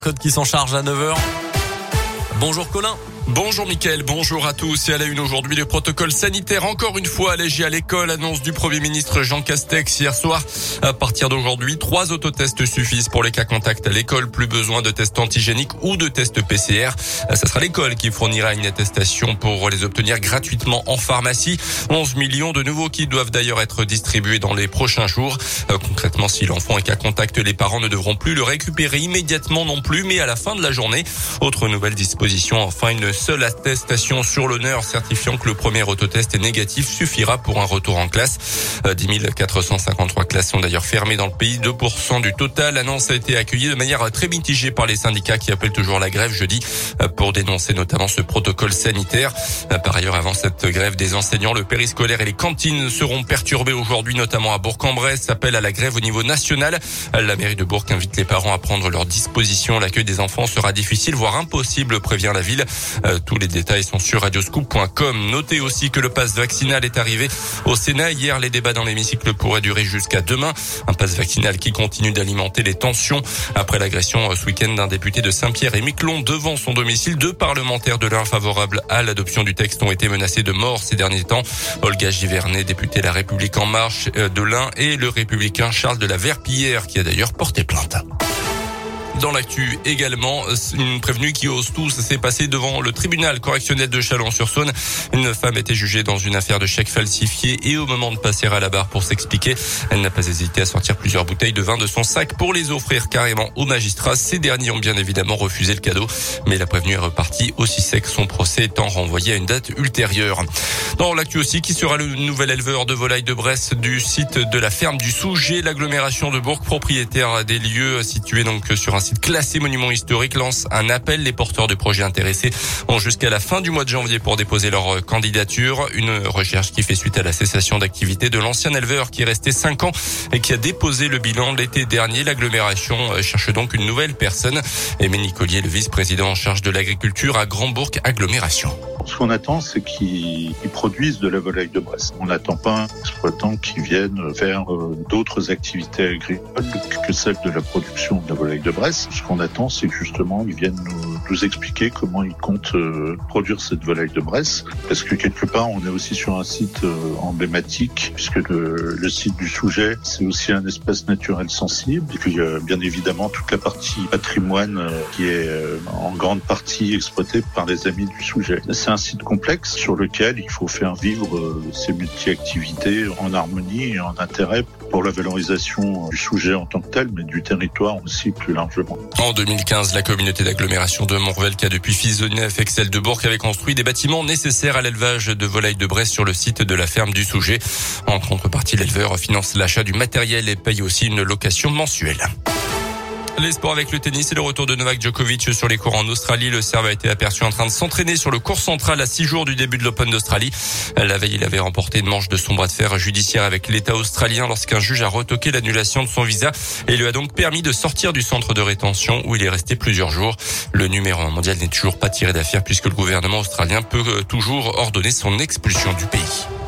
Code qui s'en charge à 9h. Bonjour Colin. Bonjour Mickaël, bonjour à tous. Et à la une aujourd'hui, le protocole sanitaire encore une fois allégé à l'école. Annonce du Premier ministre Jean Castex hier soir. À partir d'aujourd'hui, 3 autotests suffisent pour les cas contacts à l'école. Plus besoin de tests antigéniques ou de tests PCR. Ça sera l'école qui fournira une attestation pour les obtenir gratuitement en pharmacie. 11 millions de nouveaux kits doivent d'ailleurs être distribués dans les prochains jours. Concrètement, si l'enfant est cas contact, les parents ne devront plus le récupérer immédiatement non plus, mais à la fin de la journée. Autre nouvelle disposition, enfin une seule attestation sur l'honneur certifiant que le premier autotest est négatif suffira pour un retour en classe. 10 453 classes sont d'ailleurs fermées dans le pays, 2% du total. L'annonce a été accueillie de manière très mitigée par les syndicats qui appellent toujours la grève jeudi pour dénoncer notamment ce protocole sanitaire. Par ailleurs, avant cette grève des enseignants, le périscolaire et les cantines seront perturbés aujourd'hui, notamment à Bourg-en-Bresse. Appel à la grève au niveau national. La mairie de Bourg invite les parents à prendre leurs dispositions. L'accueil des enfants sera difficile, voire impossible, prévient la ville. Tous les détails sont sur radioscoop.com. Notez aussi que le pass vaccinal est arrivé au Sénat. Hier, les débats dans l'hémicycle pourraient durer jusqu'à demain. Un pass vaccinal qui continue d'alimenter les tensions. Après l'agression ce week-end d'un député de Saint-Pierre-et-Miquelon devant son domicile, 2 parlementaires de l'Ain favorables à l'adoption du texte ont été menacés de mort ces derniers temps. Olga Givernet, députée La République En Marche de l'Ain, et le républicain Charles de la Verpillière qui a d'ailleurs porté plainte. Dans l'actu également, une prévenue qui ose tout. Ça s'est passé devant le tribunal correctionnel de Chalon-sur-Saône. Une femme était jugée dans une affaire de chèques falsifiés et au moment de passer à la barre pour s'expliquer, elle n'a pas hésité à sortir plusieurs bouteilles de vin de son sac pour les offrir carrément aux magistrats. Ces derniers ont bien évidemment refusé le cadeau, mais la prévenue est repartie aussi sec, son procès étant renvoyé à une date ultérieure. Dans l'actu aussi, qui sera le nouvel éleveur de volailles de Bresse du site de la ferme du Souget? L'agglomération de Bourg, propriétaire des lieux situés donc sur un site classé monument historique, lance un appel. Les porteurs de projets intéressés ont jusqu'à la fin du mois de janvier pour déposer leur candidature. Une recherche qui fait suite à la cessation d'activité de l'ancien éleveur qui est resté 5 ans et qui a déposé le bilan l'été dernier. L'agglomération cherche donc une nouvelle personne. Aimé Nicolier, le vice-président en charge de l'agriculture à Grand-Bourg Agglomération. Ce qu'on attend, c'est qu'ils produisent de la volaille de Bresse. On n'attend pas un exploitant qui vienne faire d'autres activités agricoles que celle de la production de la volaille de Bresse. Ce qu'on attend, c'est que justement, ils viennent nous expliquer comment ils comptent produire cette volaille de Bresse. Parce que quelque part, on est aussi sur un site emblématique, puisque le site du Souget, c'est aussi un espace naturel sensible. Et puis, bien évidemment, toute la partie patrimoine qui est en grande partie exploitée par les amis du Souget. C'est un site complexe sur lequel il faut faire vivre ces multi-activités en harmonie et en intérêt pour la valorisation du sujet en tant que tel, mais du territoire aussi plus largement. En 2015, la communauté d'agglomération de Montrevel, qui a depuis fusionné avec celle de Bourg, avait construit des bâtiments nécessaires à l'élevage de volailles de Bresse sur le site de la ferme du Souget. En contrepartie, l'éleveur finance l'achat du matériel et paye aussi une location mensuelle. Les sports avec le tennis et le retour de Novak Djokovic sur les cours en Australie. Le Serbe a été aperçu en train de s'entraîner sur le court central à 6 jours du début de l'Open d'Australie. La veille, il avait remporté une manche de son bras de fer judiciaire avec l'État australien lorsqu'un juge a retoqué l'annulation de son visa et lui a donc permis de sortir du centre de rétention où il est resté plusieurs jours. Le numéro 1 mondial n'est toujours pas tiré d'affaire puisque le gouvernement australien peut toujours ordonner son expulsion du pays.